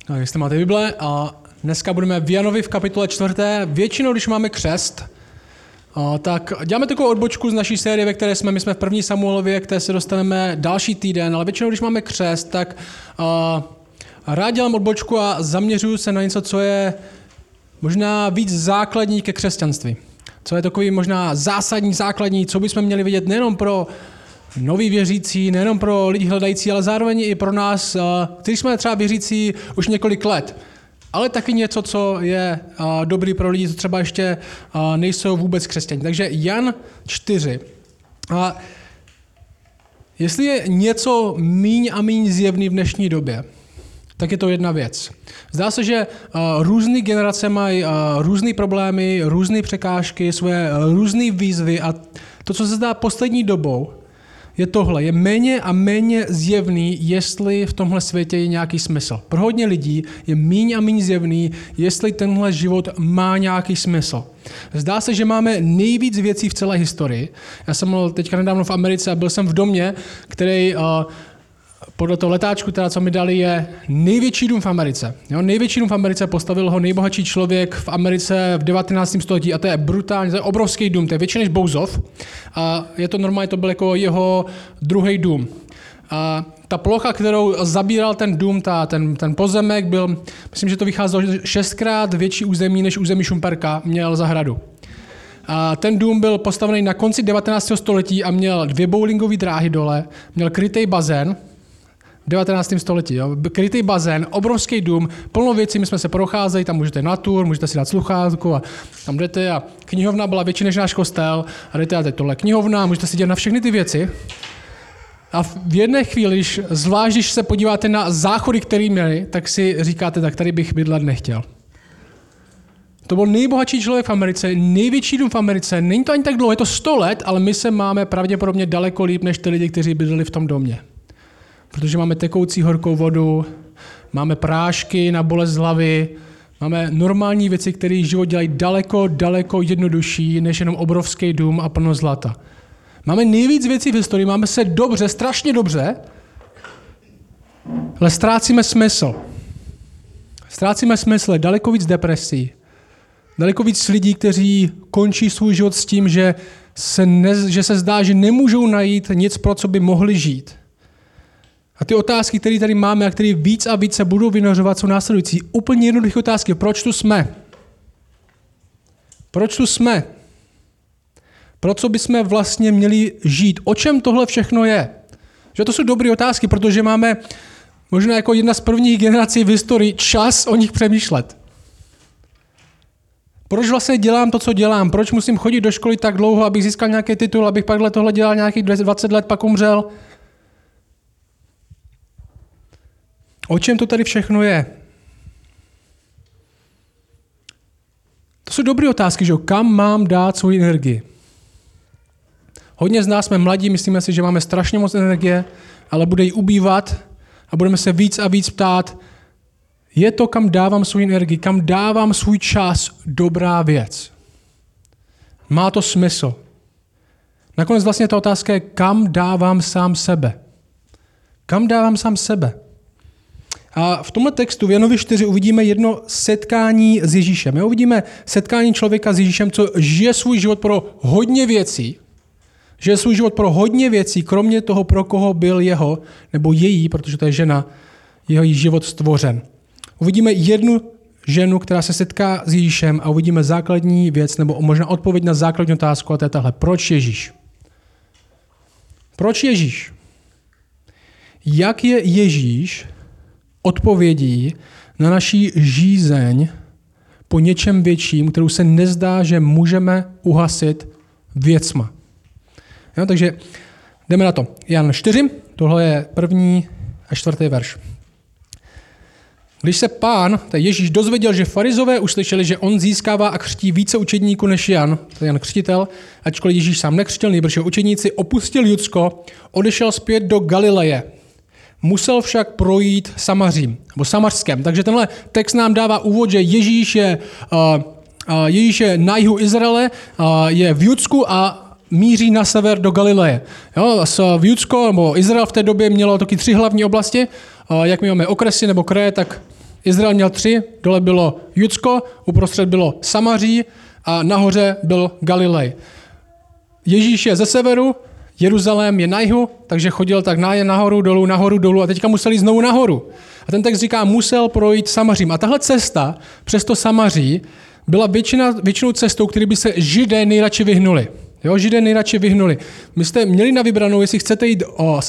Tak, jestli máte Bible, a dneska budeme v Janovi v kapitole 4. Většinou, když máme křest, tak děláme takovou odbočku z naší série, ve které jsme. My jsme v 1. Samuelově, které se dostaneme další týden, ale většinou, když máme křest, tak rád dělám odbočku a zaměřuju se na něco, co je možná víc základní ke křesťanství. Co je takový možná zásadní, základní, co bychom měli vidět nejenom pro noví věřící, nejenom pro lidi hledající, ale zároveň i pro nás, kteří jsme třeba věřící už několik let. Ale taky něco, co je dobrý pro lidi, co třeba ještě nejsou vůbec křesťané. Takže Jan 4. A jestli je něco míň a míň zjevný v dnešní době, tak je to jedna věc. Zdá se, že různé generace mají různé problémy, různé překážky, svoje různé výzvy a to, co se zdá poslední dobou, je tohle. Je méně a méně zjevný, jestli v tomhle světě je nějaký smysl. Pro hodně lidí je méně a méně zjevný, jestli tenhle život má nějaký smysl. Zdá se, že máme nejvíc věcí v celé historii. Já jsem byl teďka nedávno v Americe a byl jsem v domě, který podle toho letáčku, co mi dali, je největší dům v Americe. Jo, největší dům v Americe postavil ho nejbohatší člověk v Americe v 19. století a to je brutální, to je obrovský dům, to je větší než Bouzov a je to normálně, to byl jako jeho druhý dům. A ta plocha, kterou zabíral ten dům, ten pozemek byl, myslím, že to vycházelo 6krát větší území než území Šumperka, měl zahradu. A ten dům byl postavený na konci 19. století a měl 2 bowlingové dráhy dole, měl krytý bazén, v 19. století. Jo. Krytý bazén, obrovský dům, plno věcí, my jsme se procházeli, tam můžete na tour, můžete si dát sluchátku a tam jdete a knihovna byla větší než náš kostel a jdete a teď tohle knihovna, můžete si dělat na všechny ty věci. A v jedné chvíli, zvlášť když se podíváte na záchody, které měli, tak si říkáte, tak tady bych bydlet nechtěl. To byl nejbohatší člověk v Americe, největší dům v Americe, není to ani tak dlouho, je to 100 let, ale my se máme pravděpodobně daleko líp než ty lidi, kteří bydleli v tom domě. Protože máme tekoucí horkou vodu, máme prášky na bolest hlavy, máme normální věci, které život dělají daleko, daleko jednodušší, než jenom obrovský dům a plno zlata. Máme nejvíc věcí v historii, máme se dobře, strašně dobře, ale ztrácíme smysl. Ztrácíme smysl, daleko víc depresí, daleko víc lidí, kteří končí svůj život s tím, že se zdá, že nemůžou najít nic, pro co by mohli žít. A ty otázky, které tady máme a které víc a víc se budou vynořovat, jsou následující. Úplně jednoduché otázky. Proč tu jsme? Proč tu jsme? Pro co bychom vlastně měli žít? O čem tohle všechno je? Že to jsou dobré otázky, protože máme možná jako jedna z prvních generací v historii čas o nich přemýšlet. Proč vlastně dělám to, co dělám? Proč musím chodit do školy tak dlouho, abych získal nějaký titul, abych pak tohle dělal nějakých 20 let, pak umřel? O čem to tady všechno je? To jsou dobré otázky, že jo? Kam mám dát svou energii? Hodně z nás jsme mladí, myslíme si, že máme strašně moc energie, ale bude jí ubývat a budeme se víc a víc ptát, je to, kam dávám svou energii, kam dávám svůj čas, dobrá věc? Má to smysl? Nakonec vlastně ta otázka je, kam dávám sám sebe? Kam dávám sám sebe? A v tomhle textu v Janovi 4 uvidíme jedno setkání s Ježíšem. My uvidíme setkání člověka s Ježíšem, co žije svůj život pro hodně věcí. Žije svůj život pro hodně věcí, kromě toho, pro koho byl jeho, nebo její, protože to je žena, jeho život stvořen. Uvidíme jednu ženu, která se setká s Ježíšem a uvidíme základní věc, nebo možná odpověď na základní otázku, a to je tahle. Proč Ježíš? Proč Ježíš? Jak je Ježíš odpovědí na naší žízeň po něčem větším, kterou se nezdá, že můžeme uhasit věcma. Jo, takže jdeme na to. Jan 4, tohle je 1. a 4. verš. Když se Pán, tedy Ježíš, dozvěděl, že farizové uslyšeli, že on získává a křtí více učedníků než Jan, to je Jan Křtitel, ačkoliv Ježíš sám nekřtil, nýbrž jeho učedníci, opustil Judsko, odešel zpět do Galileje. Musel však projít Samařím, nebo Samařskem. Takže tenhle text nám dává úvod, že Ježíš je na jihu Izraele, je v Judsku a míří na sever do Galileje. Jo, v Judsko, nebo Izrael v té době mělo taky 3 hlavní oblasti. Jak my máme okresy nebo kraje, tak Izrael měl 3, dole bylo Judsko, uprostřed bylo Samaří a nahoře byl Galilej. Ježíš je ze severu, Jeruzalém je na jihu, takže chodil tak nahoru, dolů a teďka musel jít znovu nahoru. A ten text říká, musel projít Samařím. A tahle cesta přes to Samaří byla většinou cestou, který by se Židé nejradši vyhnuli. Jo, Židé nejradši vyhnuli. My jste měli na vybranou, jestli chcete jít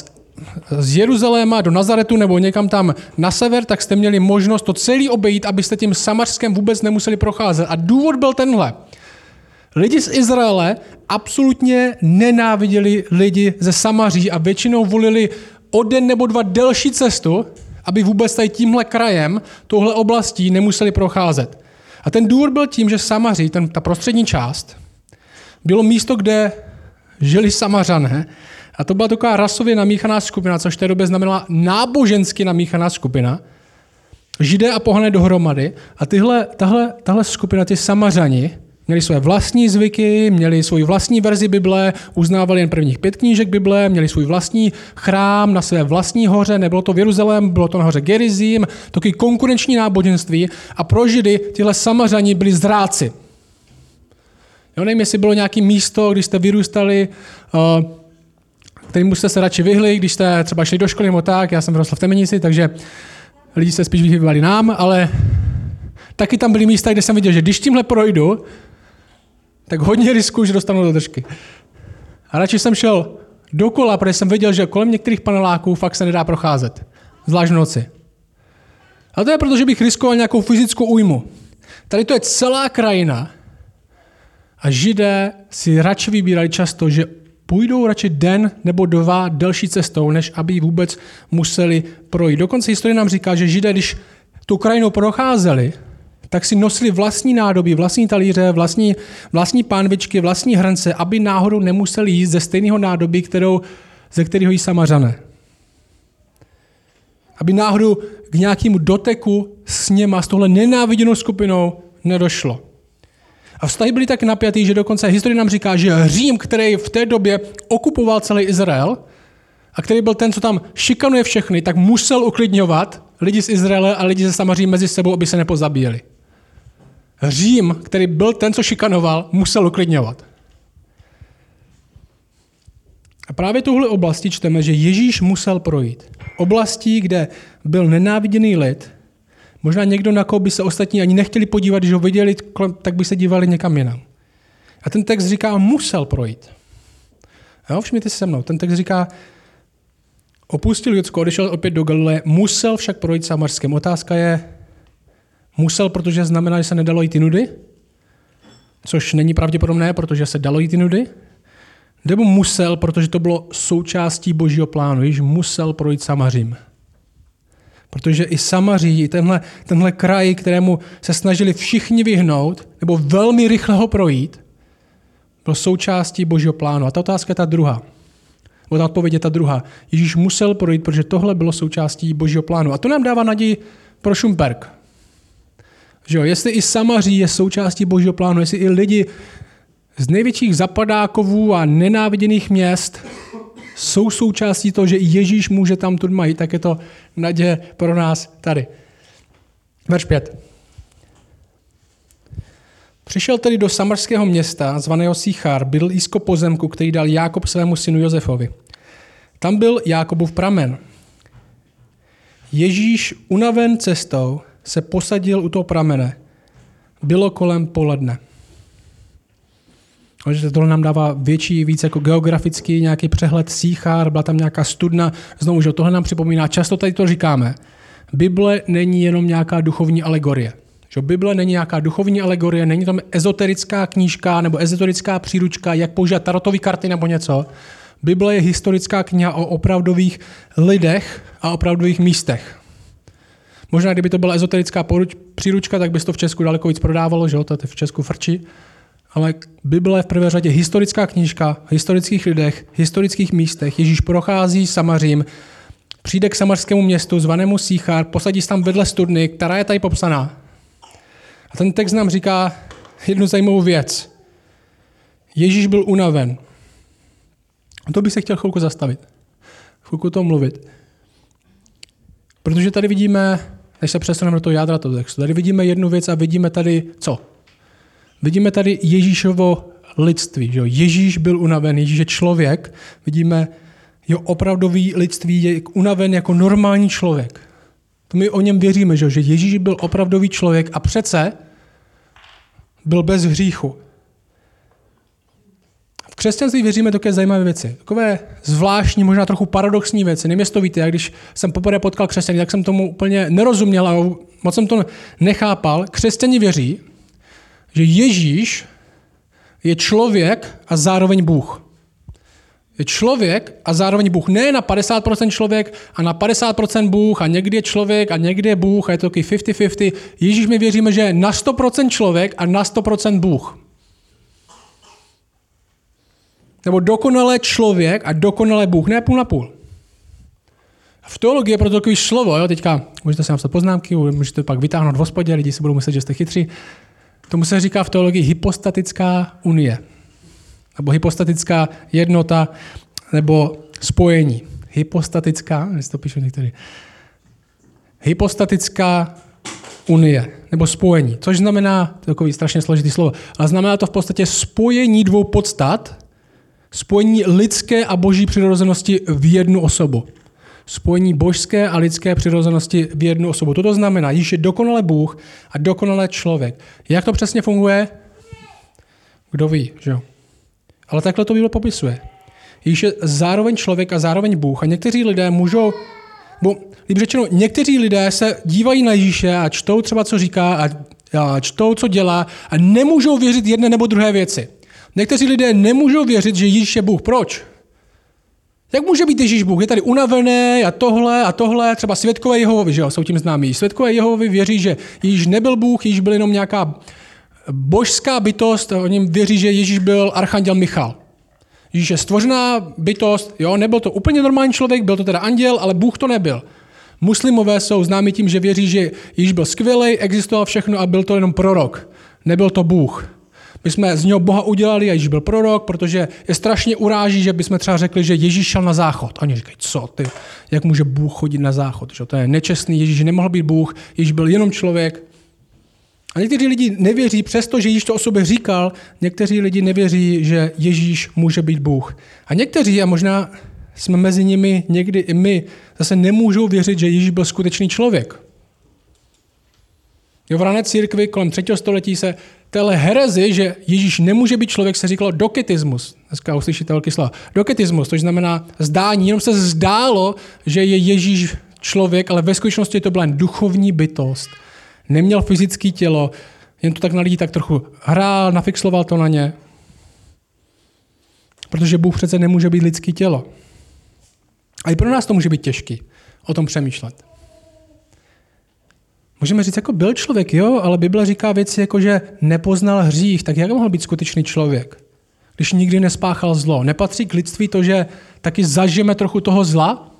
z Jeruzaléma do Nazaretu nebo někam tam na sever, tak jste měli možnost to celý obejít, abyste tím Samařskem vůbec nemuseli procházet. A důvod byl tenhle. Lidi z Izraele absolutně nenáviděli lidi ze Samaří a většinou volili o den nebo 2 delší cestu, aby vůbec tady tímhle krajem, touhle oblastí nemuseli procházet. A ten důvod byl tím, že Samaří, ta prostřední část, bylo místo, kde žili Samařané a to byla taková rasově namíchaná skupina, což v té době znamenala nábožensky namíchaná skupina. Židé a pohané dohromady a tahle skupina, ty Samařani, měli své vlastní zvyky, měli svou vlastní verzi Bible, uznávali jen prvních 5 knížek Bible, měli svůj vlastní chrám na své vlastní hoře, nebylo to v Jeruzalému, bylo to na hoře Gerizim, takový konkurenční náboženství a pro Židy tyhle Samařani byli zrádci. Jo, nevím, jestli bylo nějaké místo, když jste vyrůstali, kterým jste se radši vyhli, když jste třeba šli do školy nebo tak, já jsem vyrostl v Temenici, takže lidi se spíš vyhýbali nám, ale taky tam byly místa, kde jsem viděl, že když tímhle projdu, tak hodně riskuju, že dostanu do držky. A radši jsem šel dokola, protože jsem viděl, že kolem některých paneláků fakt se nedá procházet. Zvlášť v noci. A to je proto, že bych riskoval nějakou fyzickou újmu. Tady to je celá krajina a Židé si radši vybírali často, že půjdou radši den nebo 2 delší cestou, než aby vůbec museli projít. Dokonce historie nám říká, že Židé, když tu krajinou procházeli, tak si nosili vlastní nádobí, vlastní talíře, vlastní pánvičky, vlastní hrnce, aby náhodou nemuseli jíst ze stejného nádobí, ze kterého jí Samařané. Aby náhodou k nějakému doteku s něma, s tohle nenáviděnou skupinou nedošlo. A vztahy byly tak napjatý, že dokonce historie nám říká, že Řím, který v té době okupoval celý Izrael a který byl ten, co tam šikanuje všechny, tak musel uklidňovat lidi z Izraele a lidi ze Samaří mezi sebou, aby se nepozabíjeli. Řím, který byl ten, co šikanoval, musel uklidňovat. A právě tuhle oblasti čteme, že Ježíš musel projít. Oblastí, kde byl nenáviděný lid, možná někdo, na koho by se ostatní ani nechtěli podívat, když ho viděli, tak by se dívali někam jinam. A ten text říká, musel projít. Jo, všimněte si se mnou. Ten text říká, opustil Judsko, odešel opět do Galileje, musel však projít Samařskem. Otázka je, musel, protože znamená, že se nedalo jít jinudy, což není pravděpodobné, protože se dalo jít jinudy, nebo musel, protože to bylo součástí Božího plánu, již musel projít Samařím. Protože i Samaří, tenhle kraj, kterému se snažili všichni vyhnout, nebo velmi rychle ho projít, byl součástí Božího plánu. A ta otázka je ta druhá. Nebo ta odpověď je ta druhá. Ježíš musel projít, protože tohle bylo součástí Božího plánu. A to nám dává naději pro Šumperk. Že jo, jestli i Samaří je součástí Božího plánu, jestli i lidi z největších zapadákovů a nenáviděných měst jsou součástí toho, že i Ježíš může tam tu jít, tak je to naděje pro nás tady. Verš 5. Přišel tedy do samarského města, zvaného Sichar, bydlisko pozemku, který dal Jákob svému synu Josefovi. Tam byl Jákobův pramen. Ježíš, unaven cestou, se posadil u toho pramene. Bylo kolem poledne. Tohle nám dává víc jako geografický nějaký přehled Sichar, byla tam nějaká studna. Znovu, že tohle nám připomíná, často tady to říkáme. Bible není jenom nějaká duchovní alegorie. Že Bible není nějaká duchovní alegorie, není tam ezoterická knížka nebo ezoterická příručka, jak používat tarotové karty nebo něco. Bible je historická kniha o opravdových lidech a opravdových místech. Možná, kdyby to byla ezoterická příručka, tak by se to v Česku daleko víc prodávalo, že jo, to v Česku frčí. Ale Bible je v prvé řadě historická knížka o historických lidech, historických místech. Ježíš prochází Samařím, přijde k samařskému městu zvanému Sichar, posadí se tam vedle studny, která je tady popsaná. A ten text nám říká jednu zajímavou věc. Ježíš byl unaven. A to bych se chtěl chvilku zastavit. Chvilku o tom mluvit. Protože tady vidíme než se přesuneme do toho jádra toho textu. Tady vidíme jednu věc a vidíme tady co? Vidíme tady Ježíšovo lidství. Že jo? Ježíš byl unaven, Ježíš je člověk. Vidíme jeho opravdový lidství, je unaven jako normální člověk. To my o něm věříme, že Ježíš byl opravdový člověk a přece byl bez hříchu. V křesťanství věříme také zajímavé věci. Takové zvláštní, možná trochu paradoxní věci. Nevím, jestli to víte, jak když jsem poprvé potkal křesťany, tak jsem tomu úplně nerozuměl a moc jsem to nechápal. Křesťani věří, že Ježíš je člověk a zároveň Bůh. Je člověk a zároveň Bůh. Ne na 50% člověk a na 50% Bůh a někdy je člověk a někdy je Bůh a je to taky 50-50. Ježíš my věříme, že je na 100% člověk a na 100% Bůh. Nebo dokonale člověk a dokonale Bůh. Ne půl na půl. V teologii je proto takový slovo, jo? Teďka můžete si napsat poznámky, můžete pak vytáhnout v hospodě, lidi si budou myslet, že jste chytří. Tomu se říká v teologii hypostatická unie. Nebo hypostatická jednota, nebo spojení. Hypostatická, jestli to píšu některý. Hypostatická unie, nebo spojení. Což znamená, to je takový strašně složitý slovo, ale znamená to v podstatě spojení dvou podstat, spojení lidské a boží přirozenosti v jednu osobu. Spojení božské a lidské přirozenosti v jednu osobu. Toto znamená, Ježíš je dokonale Bůh a dokonale člověk. Jak to přesně funguje? Kdo ví, že jo? Ale takhle to Bible popisuje. Ježíš je zároveň člověk a zároveň Bůh. A někteří lidé můžou, líp řečeno, někteří lidé se dívají na Ježíše a čtou třeba, co říká a čtou, co dělá a nemůžou věřit jedné nebo druhé věci. Někteří lidé nemůžou věřit, že Ježíš je Bůh. Proč? Jak může být Ježíš Bůh? Je tady unavený a tohle, třeba svědkové Jehovovi, že jo, jsou tím známí. Svědkové Jehovovi věří, že Ježíš nebyl Bůh, Ježíš byl jenom nějaká božská bytost, oni věří, že Ježíš byl archanděl Michal. Ježíš je stvořená bytost, jo, nebyl to úplně normální člověk, byl to teda anděl, ale Bůh to nebyl. Muslimové jsou známí tím, že věří, že Ježíš byl skvělý, existoval všechno a byl to jenom prorok. Nebyl to Bůh. My jsme z něho Boha udělali a Ježíš byl prorok, protože je strašně uráží, že bychom třeba řekli, že Ježíš šel na záchod. A oni říkají, co ty, jak může Bůh chodit na záchod? Že to je nečestný, Ježíš nemohl být Bůh, Ježíš byl jenom člověk. A někteří lidi nevěří, přesto, že Ježíš to o sobě říkal, někteří lidi nevěří, že Ježíš může být Bůh. A někteří, a možná jsme mezi nimi někdy i my, zase nemůžou věřit, že Ježíš byl skutečný člověk. V rané církvi kolem 3. století se téhle herezi, že Ježíš nemůže být člověk, se říkalo doketismus. Dneska uslyšíte velký slovo. Doketismus, což znamená zdání. Jenom se zdálo, že je Ježíš člověk, ale ve skutečnosti to byla jen duchovní bytost. Neměl fyzické tělo, jen to tak na lidi tak trochu hrál, nafixloval to na ně. Protože Bůh přece nemůže být lidský tělo. A i pro nás to může být těžký o tom přemýšlet. Můžeme říct, jako byl člověk, jo, ale Bible říká věci, jako že nepoznal hřích, tak jak mohl být skutečný člověk, když nikdy nespáchal zlo? Nepatří k lidství to, že taky zažijeme trochu toho zla?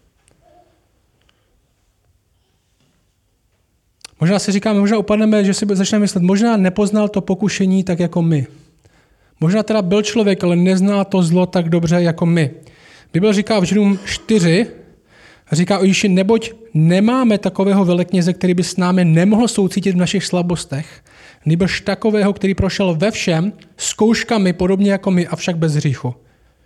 Možná si říkáme, možná upadneme, že si začneme myslet, možná nepoznal to pokušení tak jako my. Možná teda byl člověk, ale nezná to zlo tak dobře jako my. Bible říká v Židům 4, říká o Ježíši, neboť nemáme takového velekněze, který by s námi nemohl soucítit v našich slabostech, nýbrž takového, který prošel ve všem zkouškami podobně jako my, avšak bez hříchu.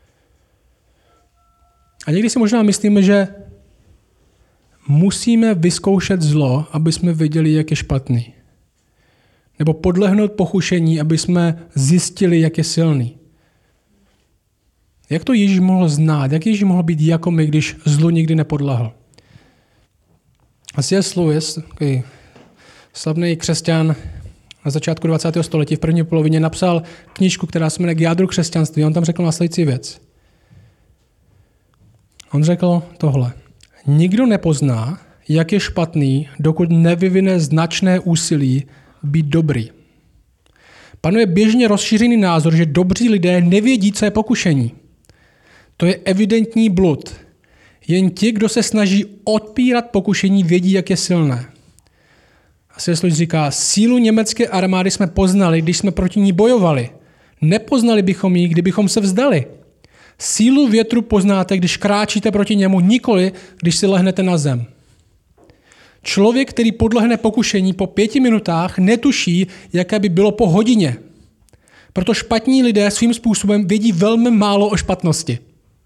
A někdy si možná myslíme, že musíme vyzkoušet zlo, aby jsme věděli, jak je špatný. Nebo podlehnout pokušení, aby jsme zjistili, jak je silný. Jak to Ježíš mohl znát? Jak Ježíš mohl být jako my, když zlu nikdy nepodlehl? A C.S. Lewis, takový slavný křesťan na začátku 20. století, v první polovině napsal knížku, která se jmenuje K jádru křesťanství. On tam řekl následující věc. On řekl tohle. Nikdo nepozná, jak je špatný, dokud nevyvine značné úsilí být dobrý. Panuje běžně rozšířený názor, že dobří lidé nevědí, co je pokušení. To je evidentní blud. Jen ti, kdo se snaží odpírat pokušení, vědí, jak je silné. A C.S. Lewis říká, sílu německé armády jsme poznali, když jsme proti ní bojovali. Nepoznali bychom ji, kdybychom se vzdali. Sílu větru poznáte, když kráčíte proti němu, nikoli, když si lehnete na zem. Člověk, který podlehne pokušení po 5 minutách, netuší, jaké by bylo po hodině. Proto špatní lidé svým způsobem vědí velmi málo o špatnosti.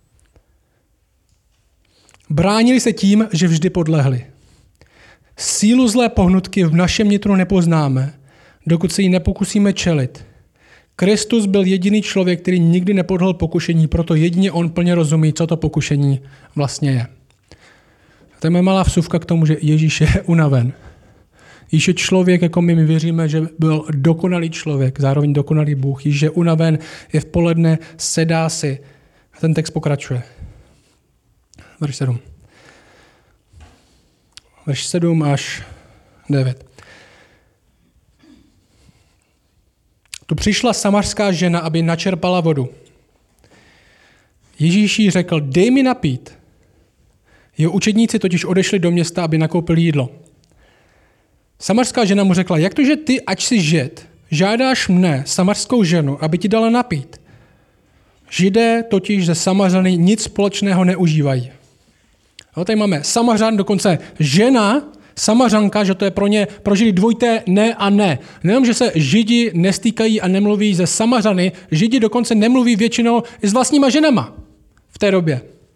Bránili se tím, že vždy podlehli. Sílu zlé pohnutky v našem nitru nepoznáme, dokud se jí nepokusíme čelit. Kristus byl jediný člověk, který nikdy nepodlehl pokušení, proto jedině on plně rozumí, co to pokušení vlastně je. To je moje malá vsuvka k tomu, že Ježíš je unaven. Ježíš je člověk, jako my věříme, že byl dokonalý člověk, zároveň dokonalý Bůh. Ježíš je unaven, je v poledne, sedá si. A ten text pokračuje. Verš 7. Verš 7 až 9. Tu přišla samařská žena, aby načerpala vodu. Ježíš jí řekl, dej mi napít. Jeho učedníci totiž odešli do města, aby nakoupili jídlo. Samařská žena mu řekla, jak to, že ty, ač jsi Žid, žádáš mne, samařskou ženu, aby ti dala napít. Židé totiž ze Samařany nic společného neužívají. No, tady máme Samařan, dokonce žena, Samařanka, že to je pro Židy dvojité ne a ne. Nejenom, že se Židi nestýkají a nemluví ze Samařany, Židi dokonce nemluví většinou i s vlastníma ženama v té době.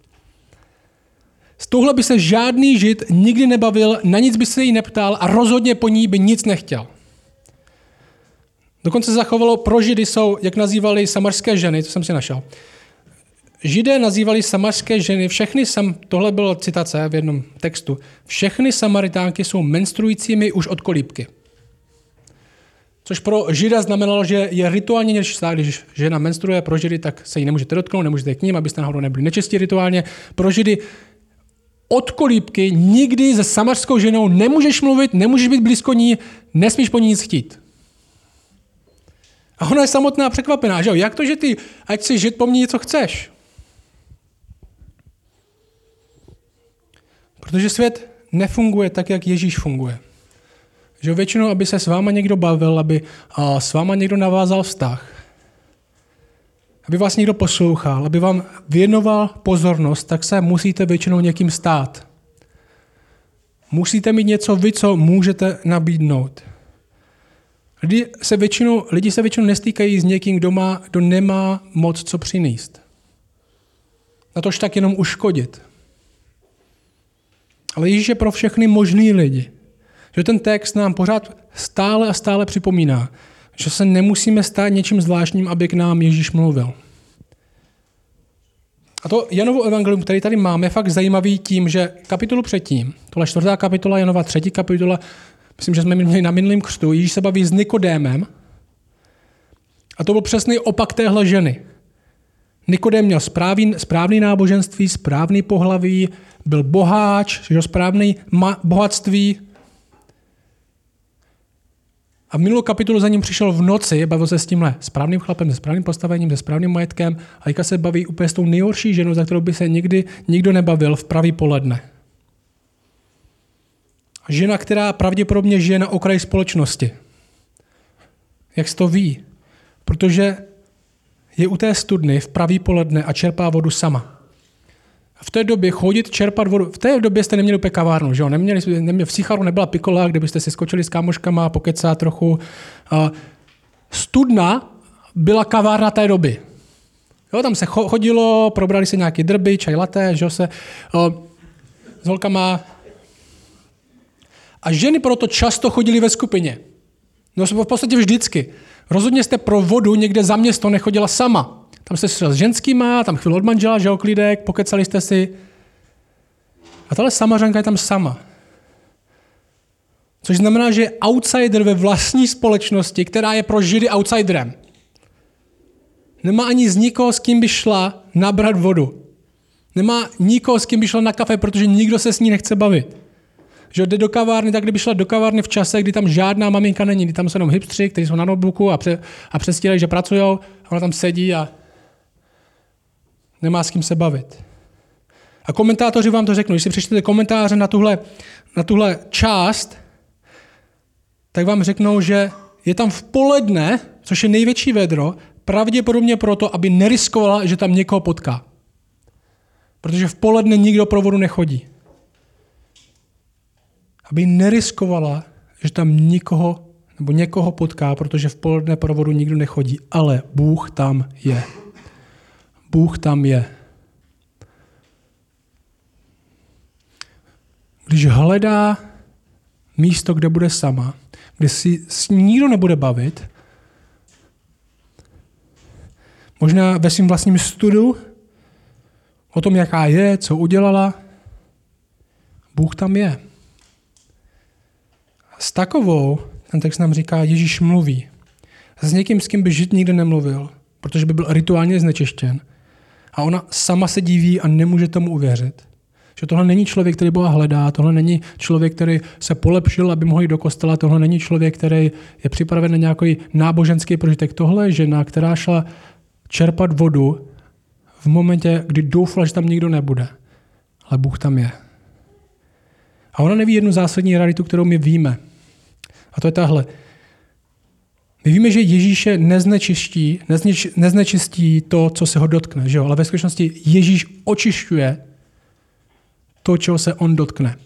Z tohle by se žádný Žid nikdy nebavil, na nic by se jí neptal a rozhodně po ní by nic nechtěl. Dokonce zachovalo, pro Židy jsou, jak nazývali samařské ženy, to jsem si našel. Židé nazývali samařské ženy, tohle bylo citace v jednom textu, všechny Samaritánky jsou menstruujícími už od kolíbky. Což pro Žida znamenalo, že je rituálně nečistá, když žena menstruuje pro Židy, tak se jí nemůžete dotknout, nemůžete k ním, abyste náhodou nebyli nečistí rituálně. Pro Židy od kolíbky nikdy se samařskou ženou nemůžeš mluvit, nemůžeš být blízko ní, nesmíš po ní nic chtít. A ona je samotná překvapená, že jo? Jak to, že ty, ať si Žid, po mně něco chceš? Protože svět nefunguje tak, jak Ježíš funguje. Že většinou, aby se s váma někdo bavil, aby s váma někdo navázal vztah, aby vás někdo poslouchal, aby vám věnoval pozornost, tak se musíte většinou někým stát. Musíte mít něco vy, co můžete nabídnout. Lidi se většinou nestýkají s někým, kdo nemá moc co přinést. Natož tak jenom uškodit. Ale Ježíš je pro všechny možný lidi. Že ten text nám pořád stále a stále připomíná, že se nemusíme stát něčím zvláštním, aby k nám Ježíš mluvil. A to Janovo evangelium, který tady máme, je fakt zajímavý tím, že kapitolu předtím, tohle 4. kapitola, Janova 3. kapitola, myslím, že jsme měli na minulém křtu, Ježíš se baví s Nikodémem a to byl přesný opak téhle ženy. Nikodém měl správný náboženství, správný pohlaví, byl boháč, správný bohatství. A v minulou kapitolu za ním přišel v noci, bavil se s tímhle správným chlapem, se správným postavením, se správným majetkem a teďka se baví úplně s tou nejhorší ženou, za kterou by se nikdy nikdo nebavil v pravý poledne. Žena, která pravděpodobně žije na okraji společnosti. Jak se to ví? Protože je u té studny v pravý poledne a čerpá vodu sama. A v té době chodit, čerpat vodu, v té době jste neměli úplně kavárnu, že jo? V Sicharu nebyla pikola, kde byste si skočili s kámoškama, pokecat trochu. Studna byla kavárna té doby. Jo, tam se chodilo, probrali se nějaký drby, čaj latte, že jo, s holkama. A ženy proto často chodily ve skupině. No v podstatě vždycky. Rozhodně jste pro vodu někde za město nechodila sama. Tam jste šel s ženskýma, tam chvíli od manžela, že jo, klídek, pokecali jste si. A tahle Samařanka je tam sama. Což znamená, že je outsider ve vlastní společnosti, která je pro Židy outsiderem. Nemá ani z nikoho, s kým by šla nabrat vodu. Nemá nikoho, s kým by šla na kafe, protože nikdo se s ní nechce bavit. Že jde do kavárny, tak kdyby šla do kavárny v čase, kdy tam žádná maminka není, kdy tam jsou jenom hipstři, kteří jsou na notebooku a přestírají, že pracujou, a ona tam sedí a nemá s kým se bavit. A komentátoři vám to řeknou, když si přečtete komentáře na tuhle část, tak vám řeknou, že je tam v poledne, což je největší vedro, pravděpodobně proto, aby neriskovala, že tam někoho potká. Protože v poledne nikdo pro vodu nechodí. aby neriskovala, že tam nikoho nebo někoho potká, protože v poledne provodu nikdo nechodí, ale Bůh tam je. Bůh tam je. Když hledá místo, kde bude sama, kde si s ní nikdo nebude bavit, možná ve svým vlastním studu o tom, jaká je, co udělala, Bůh tam je. S takovou, ten text nám říká, Ježíš mluví. S někým, s kým by žít nikdy nemluvil, protože by byl rituálně znečištěn. A ona sama se diví a nemůže tomu uvěřit. Že tohle není člověk, který Boha hledá, tohle není člověk, který se polepšil, aby mohl jít do kostela, tohle není člověk, který je připraven na nějaký náboženský prožitek. Tohle je žena, která šla čerpat vodu v momentě, kdy doufala, že tam nikdo nebude. Ale Bůh tam je. A ona neví jednu zásadní realitu, kterou my víme. A to je tahle. My víme, že Ježíše neznečistí to, co se ho dotkne. Že jo? Ale ve skutečnosti Ježíš očišťuje to, čeho se on dotkne.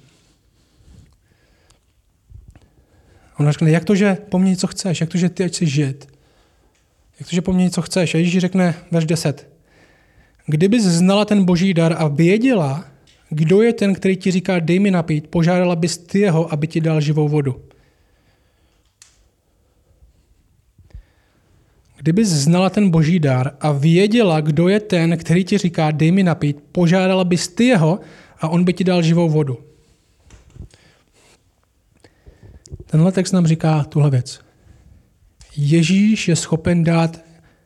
Ona řekne, jak to, že po mně něco chceš? Jak to, že ty ať jsi žid? Jak to, že po mně něco chceš? A Ježíš řekne, verš 10. Kdybys znala ten boží dar a věděla, kdo je ten, který ti říká, dej mi napít, požádala bys ty jeho, aby ti dal živou vodu. Kdybys znala ten boží dar a věděla, kdo je ten, který ti říká, dej mi napít, požádala bys ty jeho a on by ti dal živou vodu. Tenhle text nám říká tuhle věc. Ježíš je schopen dát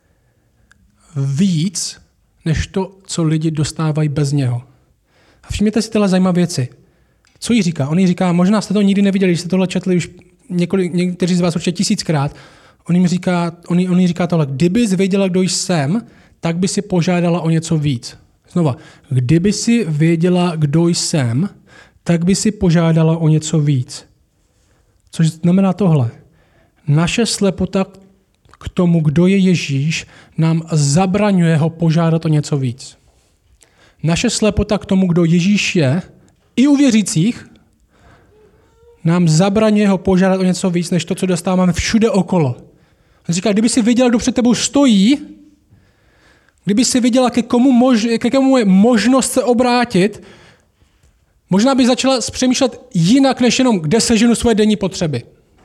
víc, než to, co lidi dostávají bez něho. A všimněte si tyhle zajímavé věci. Co jí říká? On jí říká, možná jste to nikdy neviděli, když jste tohle četli už někteří z vás určitě 1000krát. On jí říká tohle, kdybys věděla, kdo jsem, tak by si požádala o něco víc. Znova, kdyby si věděla, kdo jsem, tak by si požádala o něco víc. Což znamená tohle. Naše slepota k tomu, kdo je Ježíš, nám zabraňuje ho požádat o něco víc. Naše slepota k tomu, kdo Ježíš je, i u věřících, nám zabraňuje ho požádat o něco víc, než to, co dostáváme všude okolo. On říká, kdyby si viděl, kdo před tebou stojí, kdyby si viděla, ke komu je možnost se obrátit, možná by začala přemýšlet jinak, než jenom, kde seženu svoje denní potřeby.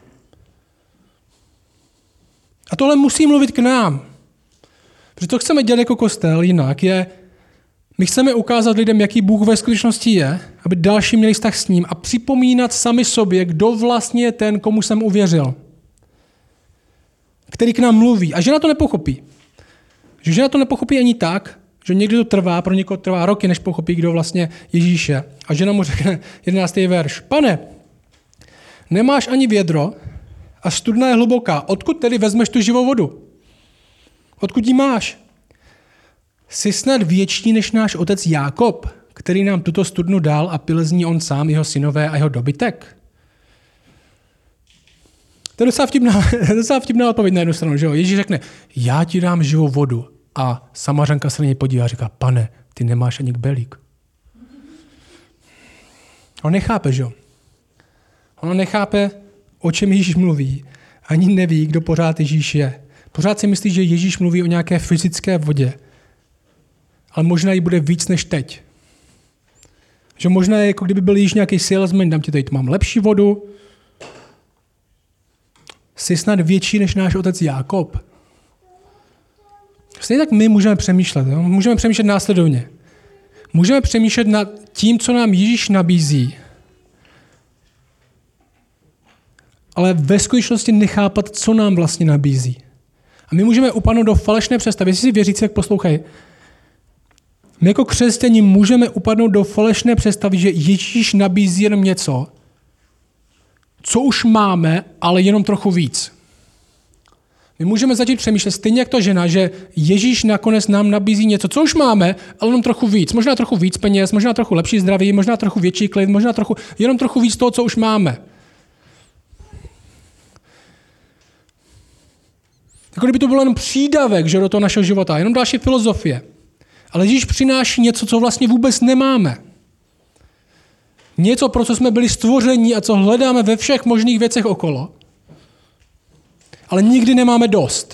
A tohle musí mluvit k nám. Protože to chceme dělat jako kostel jinak je, my chceme ukázat lidem, jaký Bůh ve skutečnosti je, aby další měli vztah s ním a připomínat sami sobě, kdo vlastně je ten, komu jsem uvěřil. Který k nám mluví. A žena to nepochopí. Že žena to nepochopí ani tak, že někdy to trvá, pro někoho trvá roky, než pochopí, kdo vlastně Ježíš je. A žena mu řekne, 11. verš, Pane, nemáš ani vědro a studna je hluboká. Odkud tedy vezmeš tu živou vodu? Odkud ji máš? Jsi snad větší než náš otec Jákob, který nám tuto studnu dal a pil z ní on sám, jeho synové a jeho dobytek? To je docela vtipná odpověď na jednu stranu. Že jo? Ježíš řekne, já ti dám živou vodu. A Samařanka se na něj podívá a říká, Pane, ty nemáš ani kbelík. On nechápe, že jo? On nechápe, o čem Ježíš mluví. Ani neví, kdo pořád Ježíš je. Pořád si myslí, že Ježíš mluví o nějaké fyzické vodě. Ale možná jí bude víc než teď. Že možná je, jako kdyby byl Ježíš nějaký salesman, dám ti tady, mám lepší vodu. Jsi snad větší než náš otec Jákob. Stejně tak my můžeme přemýšlet. Jo? Můžeme přemýšlet následovně. Můžeme přemýšlet nad tím, co nám Ježíš nabízí. Ale ve skutečnosti nechápat, co nám vlastně nabízí. A my můžeme upadnout do falešné představy. Jestli si věřící, jak poslouchají. My jako křesťani můžeme upadnout do falešné představy, že Ježíš nabízí jenom něco, co už máme, ale jenom trochu víc. My můžeme začít přemýšlet stejně jak ta žena, že Ježíš nakonec nám nabízí něco, co už máme, ale jenom trochu víc. Možná trochu víc peněz, možná trochu lepší zdraví, možná trochu větší klid, možná jenom trochu víc toho, co už máme. Jako kdyby to bylo jenom přídavek, že do toho našeho života, jenom další filozofie. Ale Ježíš přináší něco, co vlastně vůbec nemáme. Něco, pro co jsme byli stvoření a co hledáme ve všech možných věcech okolo. Ale nikdy nemáme dost.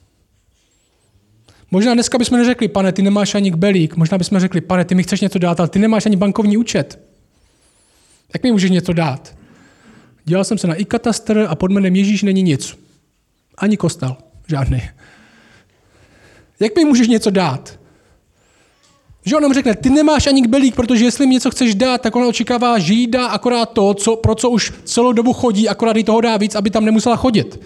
Možná dneska bychom neřekli, pane, ty nemáš ani kbelík. Možná bychom řekli, pane, ty mi chceš něco dát, ale ty nemáš ani bankovní účet. Jak mi můžeš něco dát? Dělal jsem se na iKatastr a pod jménem Ježíš není nic. Ani kostel. Žádný. Jak mi můžeš něco dát? Že on nám řekne, ty nemáš ani kbelík, protože jestli mi něco chceš dát, tak ona očekává, že jí dá akorát to, pro co už celou dobu chodí, akorát jí toho dá víc, aby tam nemusela chodit.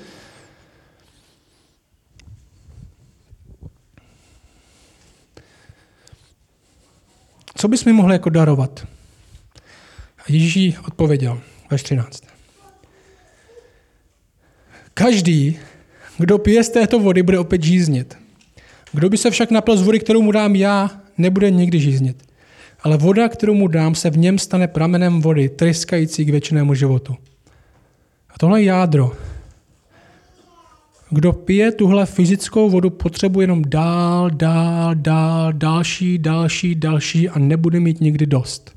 Co bys mi mohl jako darovat? A Ježíš jí odpověděl, verš 13. Každý, kdo pije z této vody, bude opět žíznit. Kdo by se však napil z vody, kterou mu dám já, nebude nikdy žíznit. Ale voda, kterou mu dám, se v něm stane pramenem vody, tryskající k věčnému životu. A tohle je jádro. Kdo pije tuhle fyzickou vodu, potřebuje jenom další a nebude mít nikdy dost.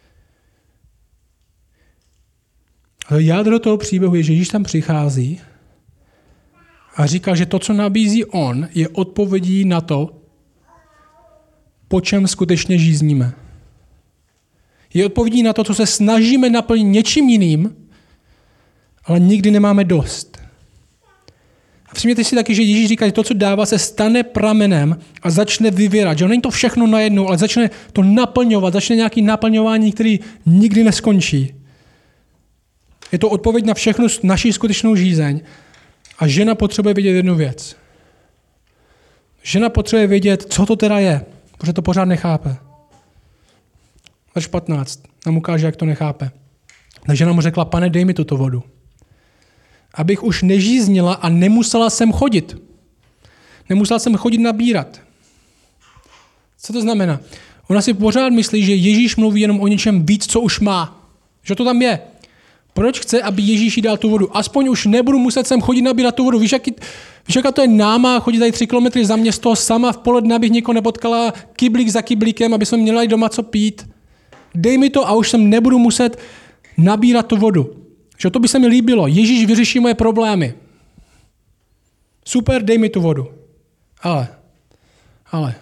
Ale jádro toho příběhu je, že Ježíš tam přichází a říká, že to, co nabízí on, je odpovědí na to, po čem skutečně žízníme. Je odpovědí na to, co se snažíme naplnit něčím jiným, ale nikdy nemáme dost. A všimněte si taky, že Ježíš říká, že to, co dává, se stane pramenem a začne vyvěrat. Že není to všechno najednou, ale začne to naplňovat, začne nějaký naplňování, který nikdy neskončí. Je to odpověď na všechnu naši skutečnou žízeň. A žena potřebuje vědět jednu věc. Žena potřebuje vědět, co to teda je, protože to pořád nechápe. Verš 15 nám ukáže, jak to nechápe. Ta žena mu řekla, pane, dej mi tuto vodu. Abych už nežíznila a nemusela jsem chodit. Nemusela jsem chodit nabírat. Co to znamená? Ona si pořád myslí, že Ježíš mluví jenom o něčem víc, co už má. Že to tam je. Proč chce, aby Ježíš jí dal tu vodu? Aspoň už nebudu muset sem chodit nabírat tu vodu. Víš, jaká to je náma chodit tady 3 kilometry za město sama v poledne, abych někoho nepotkala kyblík za kyblíkem, aby jsme měli doma co pít. Dej mi to a už sem nebudu muset nabírat tu vodu. Že to by se mi líbilo. Ježíš vyřeší moje problémy. Super, dej mi tu vodu. Ale.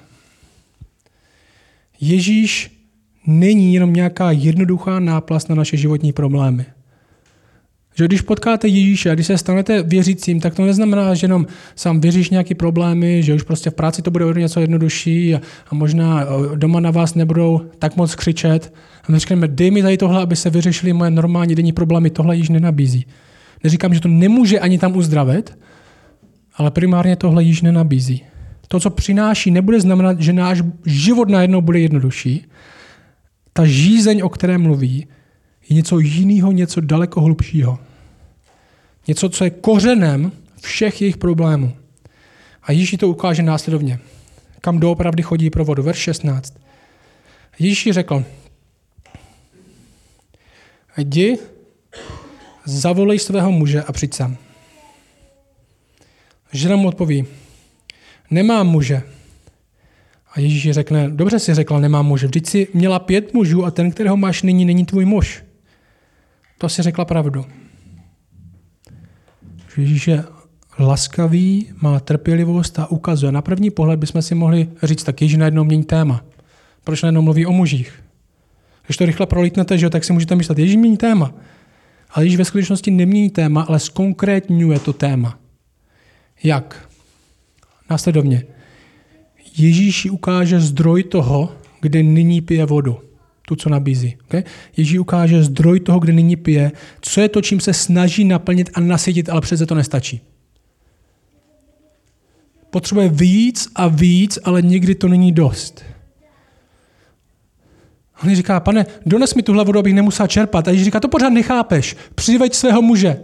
Ježíš není jenom nějaká jednoduchá náplast na naše životní problémy. Že když potkáte Ježíše a když se stanete věřícím, tak to neznamená, že jenom sám věříš nějaký problémy, že už prostě v práci to bude něco jednodušší a možná doma na vás nebudou tak moc křičet. A my říkáme, dej mi tady tohle, aby se vyřešily moje normální denní problémy. Tohle již nenabízí. Neříkám, že to nemůže ani tam uzdravit, ale primárně tohle již nenabízí. To, co přináší, nebude znamenat, že náš život najednou bude jednodušší. Ta žízeň, o které mluví, je něco jiného, něco daleko hlubšího. Něco, co je kořenem všech jejich problémů. A Ježíš to ukáže následovně. Kam doopravdy chodí pro vodu. Verš 16. Ježíš řekl, jdi, zavolej svého muže a přijď sem. Žena mu odpoví, nemám muže. A Ježíš řekne, dobře si řekla, nemám muže. Vždyť jsi měla 5 mužů a ten, kterého máš nyní, není tvůj muž. To si řekla pravdu. Ježíš je laskavý, má trpělivost a ukazuje. Na první pohled bychom si mohli říct, tak Ježíš najednou mění téma. Proč najednou mluví o mužích? Když to rychle prolítnete, že, tak si můžete myslet, Ježíš mění téma. Ale Ježíš ve skutečnosti nemění téma, ale zkonkrétňuje to téma. Jak? Následovně. Ježíš ukáže zdroj toho, kde nyní pije vodu. Tu, co nabízí. Okay? Ježíš ukáže zdroj toho, kde nyní pije, co je to, čím se snaží naplnit a nasytit, ale přece to nestačí. Potřebuje víc a víc, ale nikdy to není dost. On říká, pane, dones mi tuhle vodu, abych nemusel čerpat. A Ježíš říká, to pořád nechápeš. Přiveď svého muže.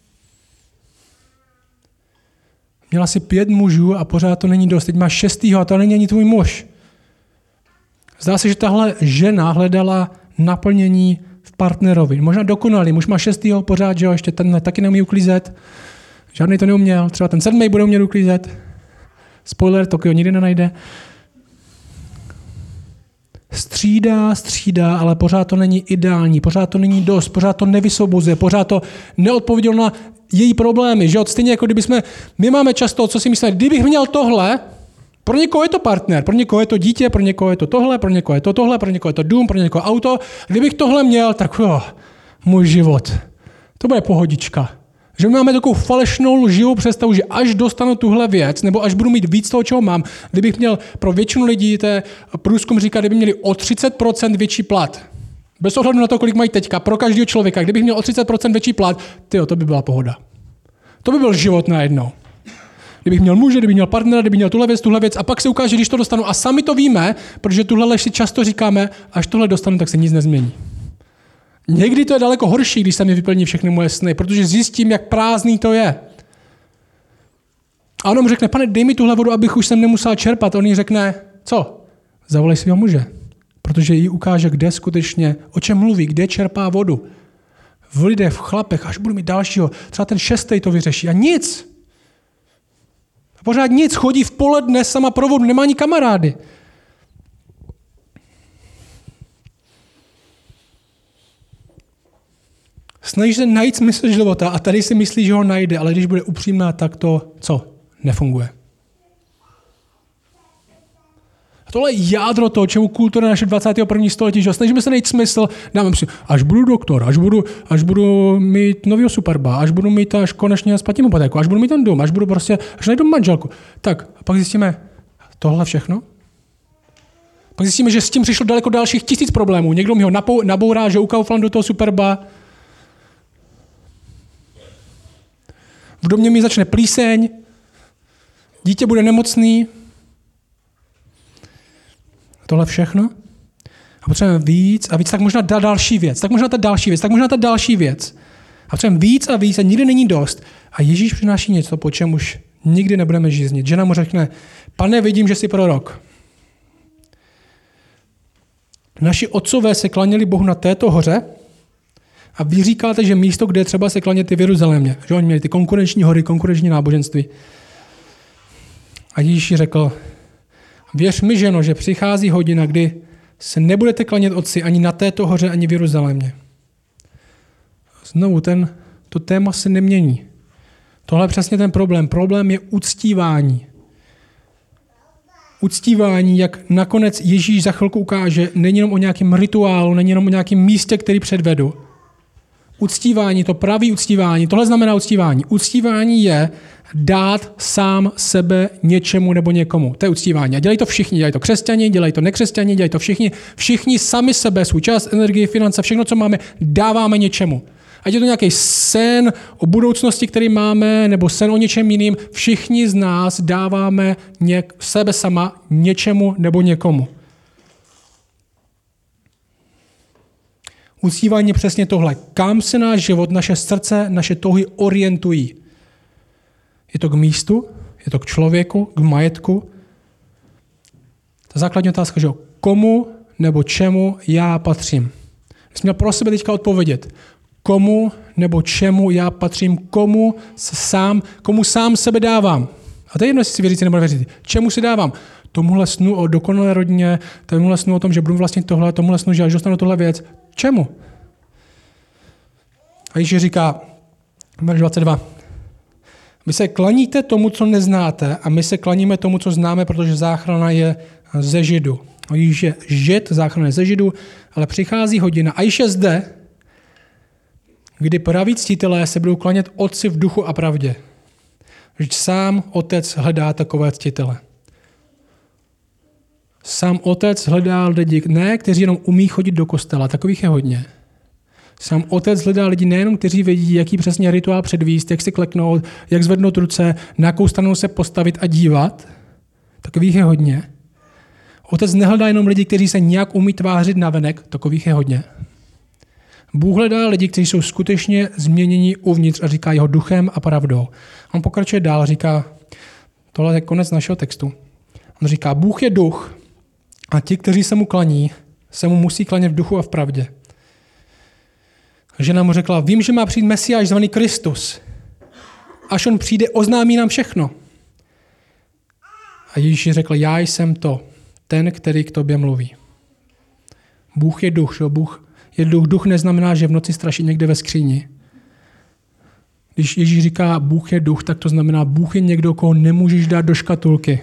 Měla si 5 mužů a pořád to není dost. Teď máš 6. a to není ani tvůj muž. Zdá se, že tahle žena hledala naplnění v partnerovi. Možná dokonalý. Muž má 6. pořád, že jo, ještě ten taky neumí uklízet. Žádný to neuměl. Třeba ten 7. bude umět uklízet. Spoiler, Tokio nikdy nenajde. střídá, ale pořád to není ideální, pořád to není dost, pořád to nevysvobozuje, pořád to neodpovědělo na její problémy. Že? Stejně jako my máme často, co si myslíme, kdybych měl tohle, pro někoho je to partner, pro někoho je to dítě, pro někoho je to tohle, pro někoho je to tohle, pro někoho je to dům, pro někoho auto. Kdybych tohle měl, tak můj život. To bude pohodička. Že my máme takovou falešnou lživou představu, že až dostanu tuhle věc, nebo až budu mít víc toho, čeho mám, kdybych měl pro většinu lidí, průzkum říká, kdyby měli o 30% větší plat. Bez ohledu na to, kolik mají teďka, pro každého člověka, kdybych měl o 30% větší plat, to by byla pohoda. To by byl život najednou. Kdybych měl muže, kdybych měl partnera, kdybych měl tuhle věc a pak se ukáže, když to dostanu. A sami to víme, protože tuhle lež si často říkáme, až tohle dostanu, tak se nic nezmění. Někdy to je daleko horší, když se mi vyplní všechny moje sny, protože zjistím, jak prázdný to je. A on mu řekne, pane, dej mi tuhle vodu, abych už sem nemusel čerpat. A on jí řekne, co? Zavolej svého muže, protože jí ukáže, kde skutečně, o čem mluví, kde čerpá vodu. V lidech, v chlapech, až budu mít dalšího, třeba ten 6. to vyřeší. A nic. A pořád nic, chodí v poledne sama pro vodu, nemá ani kamarády. Snaží se najít smysl života a tady si myslí, že ho najde, ale když bude upřímná, tak to, co? Nefunguje. A tohle je jádro toho, čemu kultura naše 21. století, že snažíme se najít smysl, dáme si, až budu doktor, až budu mít novýho superba, až konečně splatím hypotéku, až budu mít ten dům, až najdu manželku. Tak, a pak zjistíme, tohle všechno? Pak zjistíme, že s tím přišlo daleko dalších 1000 problémů. Někdo mi ho nabourá, že u Kauflandu toho superba. V domě mi začne plíseň, dítě bude nemocný. Tohle všechno. A potřebujeme víc a víc, tak možná ta další věc, tak možná ta další věc. A potřebujeme víc a víc a nikdy není dost. A Ježíš přináší něco, po čem už nikdy nebudeme žíznit. Žena mu řekne, pane, vidím, že jsi prorok. Naši otcové se klaněli Bohu na této hoře a vy říkáte, že místo, kde je třeba se klanět, je v Jeruzalémě. Že oni měli ty konkurenční hory, konkurenční náboženství. A Ježíš řekl, věř mi, ženo, že přichází hodina, kdy se nebudete klanět otci ani na této hoře, ani v Jeruzalémě. Znovu, to téma se nemění. Tohle je přesně ten problém. Problém je uctívání. Uctívání, jak nakonec Ježíš za chvilku ukáže, není jenom o nějakém rituálu, není jenom o nějakém místě, který předvedu. Uctívání, to pravý uctívání, tohle znamená uctívání. Uctívání je dát sám sebe něčemu nebo někomu. To je uctívání. A dělají to všichni, dělají to křesťani, dělají to nekřesťani, dělají to všichni. Všichni sami sebe, svůj čas, energii, finance, všechno, co máme, dáváme něčemu. Ať je to nějaký sen o budoucnosti, který máme, nebo sen o něčem jiným, všichni z nás dáváme sebe sama něčemu nebo někomu. Uctívání je přesně tohle. Kam se náš život, naše srdce, naše touhy orientují? Je to k místu? Je to k člověku? K majetku? Ta základní otázka, že komu nebo čemu já patřím? Jsi měl pro sebe teďka odpovědět. Komu nebo čemu já patřím? Komu sám sebe dávám? A to je jedno, jestli si věříte nebo nevěříte. Čemu si dávám? Tomuhle snu o dokonalé rodině, tomuhle snu o tom, že budu vlastnit tohle, tomuhle snu, že až dostanu tohle věc. Čemu? A Ježíš říká, verš 22, vy se klaníte tomu, co neznáte, a my se klaníme tomu, co známe, protože záchrana je ze Židu. A Ježíš je Žid, záchrana je ze Židu, ale přichází hodina, a již je zde, kdy praví ctitelé se budou klanět Otci v duchu a pravdě. Vždyť sám Otec hledá takové ctitele. Sám Otec hledá lidi, ne, kteří jenom umí chodit do kostela, takových je hodně. Sám Otec hledá lidi nejenom, kteří vědí, jaký přesně rituál předvíst, jak si kleknout, jak zvednout ruce, na jakou stranu se postavit a dívat. Takových je hodně. Otec nehledá jenom lidi, kteří se nějak umí tvářit navenek, takových je hodně. Bůh hledá lidi, kteří jsou skutečně změněni uvnitř a říká jeho duchem a pravdou. On pokračuje dál, říká, tohle je konec našeho textu. On říká, Bůh je duch a ti, kteří se mu klaní, se mu musí klanět v duchu a v pravdě. Žena mu řekla, vím, že má přijít Mesiáš zvaný Kristus. Až on přijde, oznámí nám všechno. A Ježíš řekl, já jsem to, ten, který k tobě mluví. Bůh je duch, že? Bůh je duch. Duch neznamená, že v noci straší někde ve skříni. Když Ježíš říká Bůh je duch, tak to znamená, Bůh je někdo, koho nemůžeš dát do škatulky.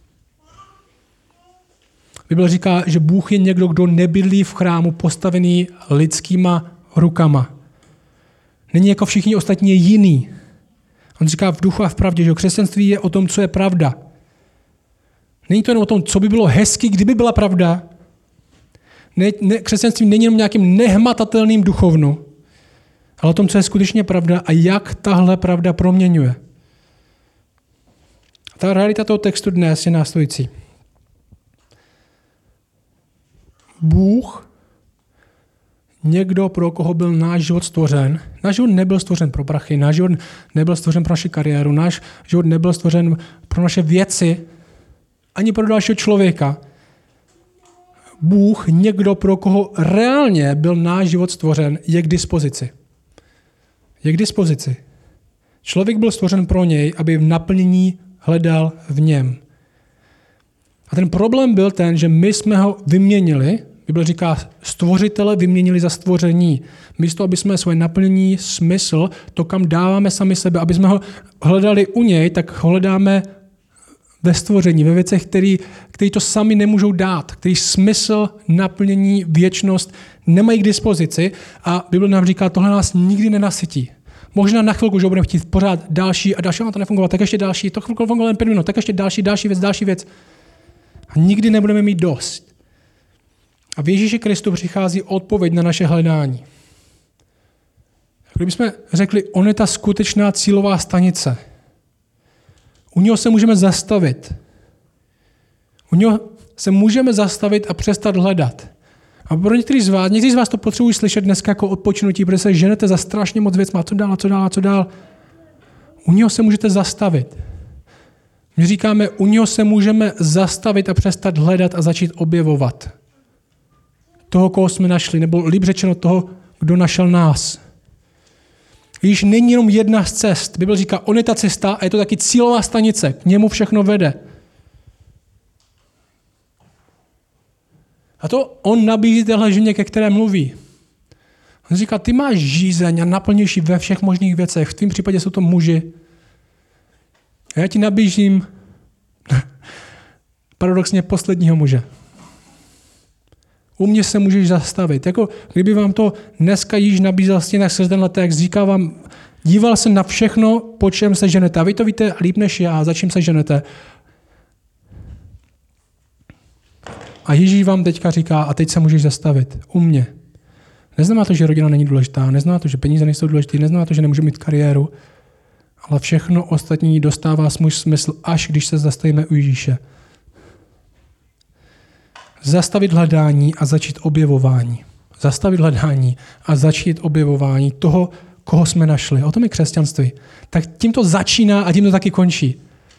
Bible říká, že Bůh je někdo, kdo nebydlí v chrámu postavený lidskýma rukama. Není jako všichni ostatní, je jiný. On říká v duchu a v pravdě, že křesťanství je o tom, co je pravda. Není to jen o tom, co by bylo hezky, kdyby byla pravda. Křesťanství není jenom nějakým nehmatatelným duchovnu, ale o tom, co je skutečně pravda a jak tahle pravda proměňuje. Ta realita toho textu dnes je následující. Bůh, někdo, pro koho byl náš život stvořen. Náš život nebyl stvořen pro prachy, náš život nebyl stvořen pro naši kariéru, náš život nebyl stvořen pro naše věci, ani pro dalšího člověka. Bůh, někdo, pro koho reálně byl náš život stvořen, je k dispozici. Je k dispozici. Člověk byl stvořen pro něj, aby v naplnění hledal v něm. A ten problém byl ten, že my jsme ho vyměnili, Bible říká, stvořitele vyměnili za stvoření. Místo, aby jsme svoje naplnění, smysl, to, kam dáváme sami sebe, aby jsme ho hledali u něj, tak ho hledáme ve stvoření, ve věcech, které to sami nemůžou dát, který smysl, naplnění, věčnost nemají k dispozici a Bible nám říká, tohle nás nikdy nenasytí. Možná na chvilku, že budeme chtít pořád další a další, má to nefungovat, tak ještě další, to chvilku fungovalo jen 5 minut, tak ještě další věc. A nikdy nebudeme mít dost. A v Ježíši Kristu přichází odpověď na naše hledání. Kdybychom řekli, on je ta skutečná cílová stanice. U něho se můžeme zastavit. U něho se můžeme zastavit a přestat hledat. A pro některý z vás to potřebují slyšet dneska jako odpočinutí, protože se ženete za strašně moc věcma. Co dál. U něho se můžete zastavit. My říkáme, u něho se můžeme zastavit a přestat hledat a začít objevovat. Toho, koho jsme našli, nebo líp řečeno toho, kdo našel nás. Ježíš není jenom jedna z cest. Bible říká, on je ta cesta a je to taky cílová stanice. K němu všechno vede. A to on nabízí téhle ženě, ke které mluví. On říká, ty máš žízeň a naplníš ji ve všech možných věcech. V tvém případě jsou to muži. A já ti nabízím paradoxně posledního muže. U mě se můžeš zastavit. Jako kdyby vám to dneska již nabízel stěnách se tenhle text, říká vám, díval se na všechno, po čem se ženete. A vy to víte líp než já, za čím se ženete. A Ježíš vám teďka říká, a teď se můžeš zastavit. U mě. Neznamená to, že rodina není důležitá, neznamená to, že peníze nejsou důležité, neznamená to, že nemůžu mít kariéru, ale všechno ostatní dostává svůj smysl, až když se zastavíme u Ježíše. Zastavit hledání a začít objevování. Zastavit hledání a začít objevování toho, koho jsme našli. O tom je křesťanství. Tak tím to začíná a tím to taky končí.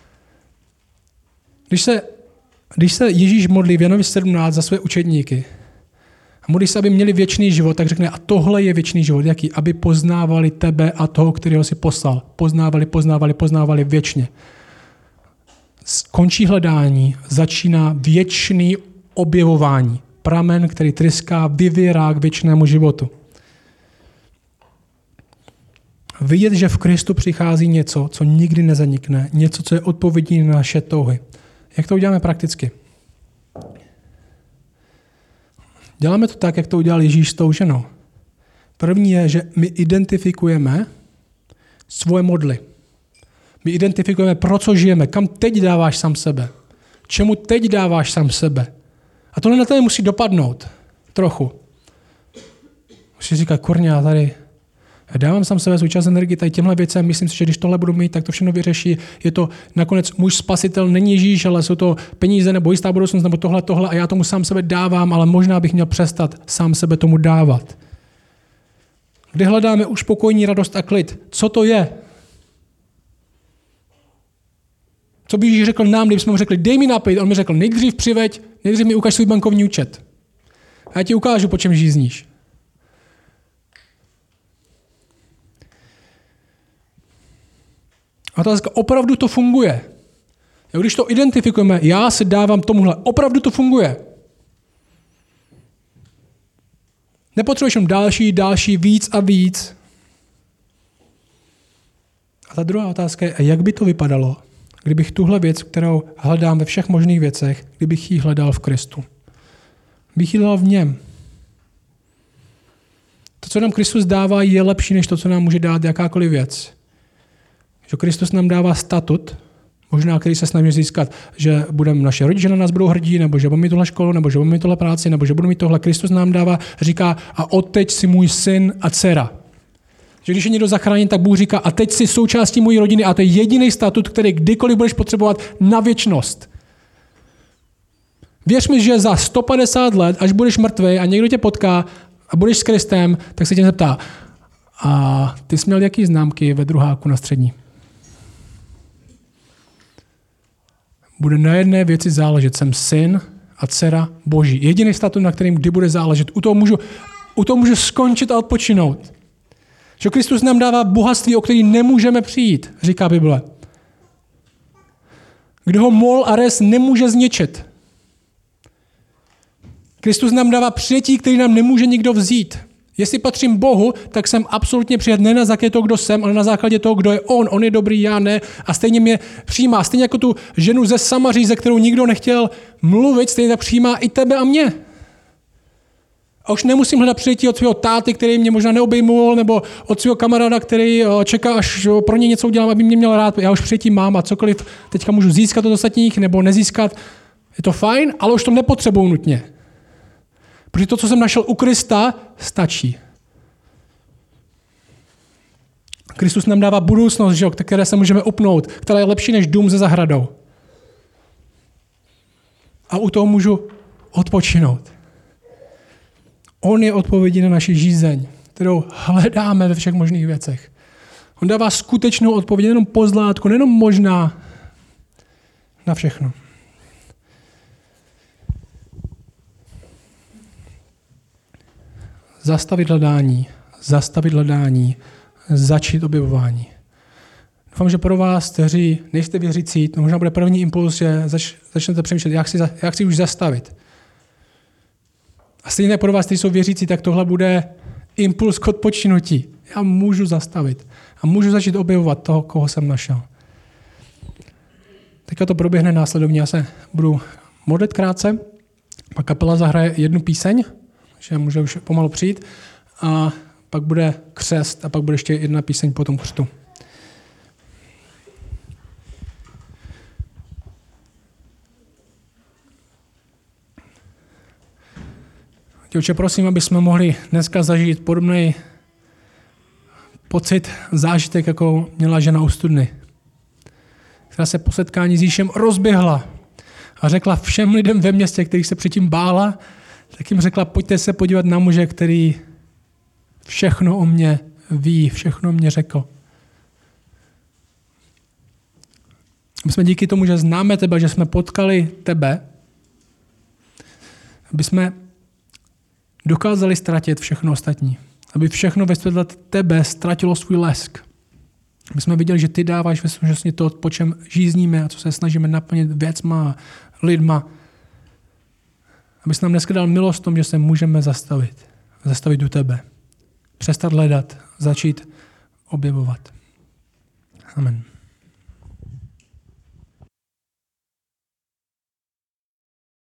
Když se Ježíš modlí v Janovi 17 za své učedníky a modlí se, aby měli věčný život, tak řekne, a tohle je věčný život. Jaký? Aby poznávali tebe a toho, kterého si poslal. Poznávali věčně. Končí hledání, začíná věčný objevování. Pramen, který tryská, vyvírá k věčnému životu. Vidět, že v Kristu přichází něco, co nikdy nezanikne, něco, co je odpovědí na naše touhy. Jak to uděláme prakticky? Děláme to tak, jak to udělal Ježíš s tou ženou. První je, že my identifikujeme svoje modly. My identifikujeme, pro co žijeme, kam teď dáváš sám sebe, čemu teď dáváš sám sebe. A tohle na tebe musí dopadnout trochu. Musíš říkat, kurně, já tady dávám sám sebe svůj čas, energii tady těmhle věcem, myslím si, že když tohle budu mít, tak to všechno vyřeší. Je to nakonec můj spasitel, není Ježíš, ale jsou to peníze nebo jistá budoucnost nebo tohle a já tomu sám sebe dávám, ale možná bych měl přestat sám sebe tomu dávat. Kdy hledáme uspokojení, radost a klid, co to je? Co by Ježíš řekl nám, kdybychom mu řekli, dej mi napít, on mi řekl, nejdřív přiveď, nejdřív mi ukaž svůj bankovní účet. A já ti ukážu, po čem žízníš. A otázka, opravdu to funguje. Když to identifikujeme, já se dávám tomuhle, opravdu to funguje. Nepotřebuješ jenom další, víc a víc. A ta druhá otázka je, jak by to vypadalo, kdybych tuhle věc, kterou hledám ve všech možných věcech, kdybych ji hledal v Kristu. Bych ji hledal v něm. To, co nám Kristus dává, je lepší, než to, co nám může dát jakákoliv věc. Že Kristus nám dává statut, možná který se snaží získat, že naše rodiče na nás budou hrdí, nebo že budeme mít tohle školu, nebo že budeme mít tohle práci, nebo že budeme mít tohle. Kristus nám dává, říká, a odteď si můj syn a dcera. Že když je někdo zachráněn, tak Bůh říká, a teď si součástí mojí rodiny a to je jediný statut, který kdykoliv budeš potřebovat na věčnost. Věř mi, že za 150 let, až budeš mrtvý a někdo tě potká a budeš s Kristem, tak se tě zeptá, a ty jsi měl jaký známky ve druháku na střední? Bude na jedné věci záležet. Jsem syn a dcera Boží. Jediný statut, na kterým kdy bude záležet. U toho můžu skončit a odpočinout. Že Kristus nám dává bohatství, o který nemůžeme přijít, říká Bible. Kdo ho mol a res nemůže zničit. Kristus nám dává přijetí, který nám nemůže nikdo vzít. Jestli patřím Bohu, tak jsem absolutně přijat ne na základě toho, kdo jsem, ale na základě toho, kdo je on. On je dobrý, já ne. A stejně mě přijímá. Stejně jako tu ženu ze Samaří, ze kterou nikdo nechtěl mluvit, stejně tak přijímá i tebe a mě. A už nemusím hledat přijetí od svého táty, který mě možná neobejmoval, nebo od svého kamaráda, který čeká, až pro ně něco udělám, aby mě měl rád. Já už přijetí mám a cokoliv teďka můžu získat od ostatních nebo nezískat. Je to fajn, ale už to nepotřebuju nutně. Protože to, co jsem našel u Krista, stačí. Kristus nám dává budoucnost, že, které se můžeme upnout, která je lepší než dům se zahradou. A u toho můžu odpočinout. On je odpovědí na naši žízeň, kterou hledáme ve všech možných věcech. On dává skutečnou odpověď, nejenom pozlátku, nejenom možná, na všechno. Zastavit hledání, začít objevování. Doufám, že pro vás, kteří nejste věřící, to možná bude první impuls, že začnete přemýšlet, jak si už zastavit. A stejně pro vás, kteří jsou věřící, tak tohle bude impuls k odpočinutí. Já můžu zastavit a můžu začít objevovat toho, koho jsem našel. Teďka to proběhne následovně, já se budu modlit krátce, pak kapela zahraje jednu píseň, že může už pomalu přijít, a pak bude křest a pak bude ještě jedna píseň po tom křtu. Otče, prosím, aby jsme mohli dneska zažít podobný pocit, zážitek, jako měla žena u studny, která se po setkání s Ježíšem rozběhla a řekla všem lidem ve městě, kterých se předtím bála, tak jim řekla, pojďte se podívat na muže, který všechno o mě ví, všechno o mě řekl. My jsme díky tomu, že známe tebe, že jsme potkali tebe, aby jsme dokázali ztratit všechno ostatní. Aby všechno ve světle tebe ztratilo svůj lesk. Aby jsme viděli, že ty dáváš ve skutečnosti to, po čem žízníme a co se snažíme naplnit věcma, lidma. Aby jsi nám dneska dal milost v tom, že se můžeme zastavit. Zastavit u tebe. Přestat hledat, začít objevovat. Amen.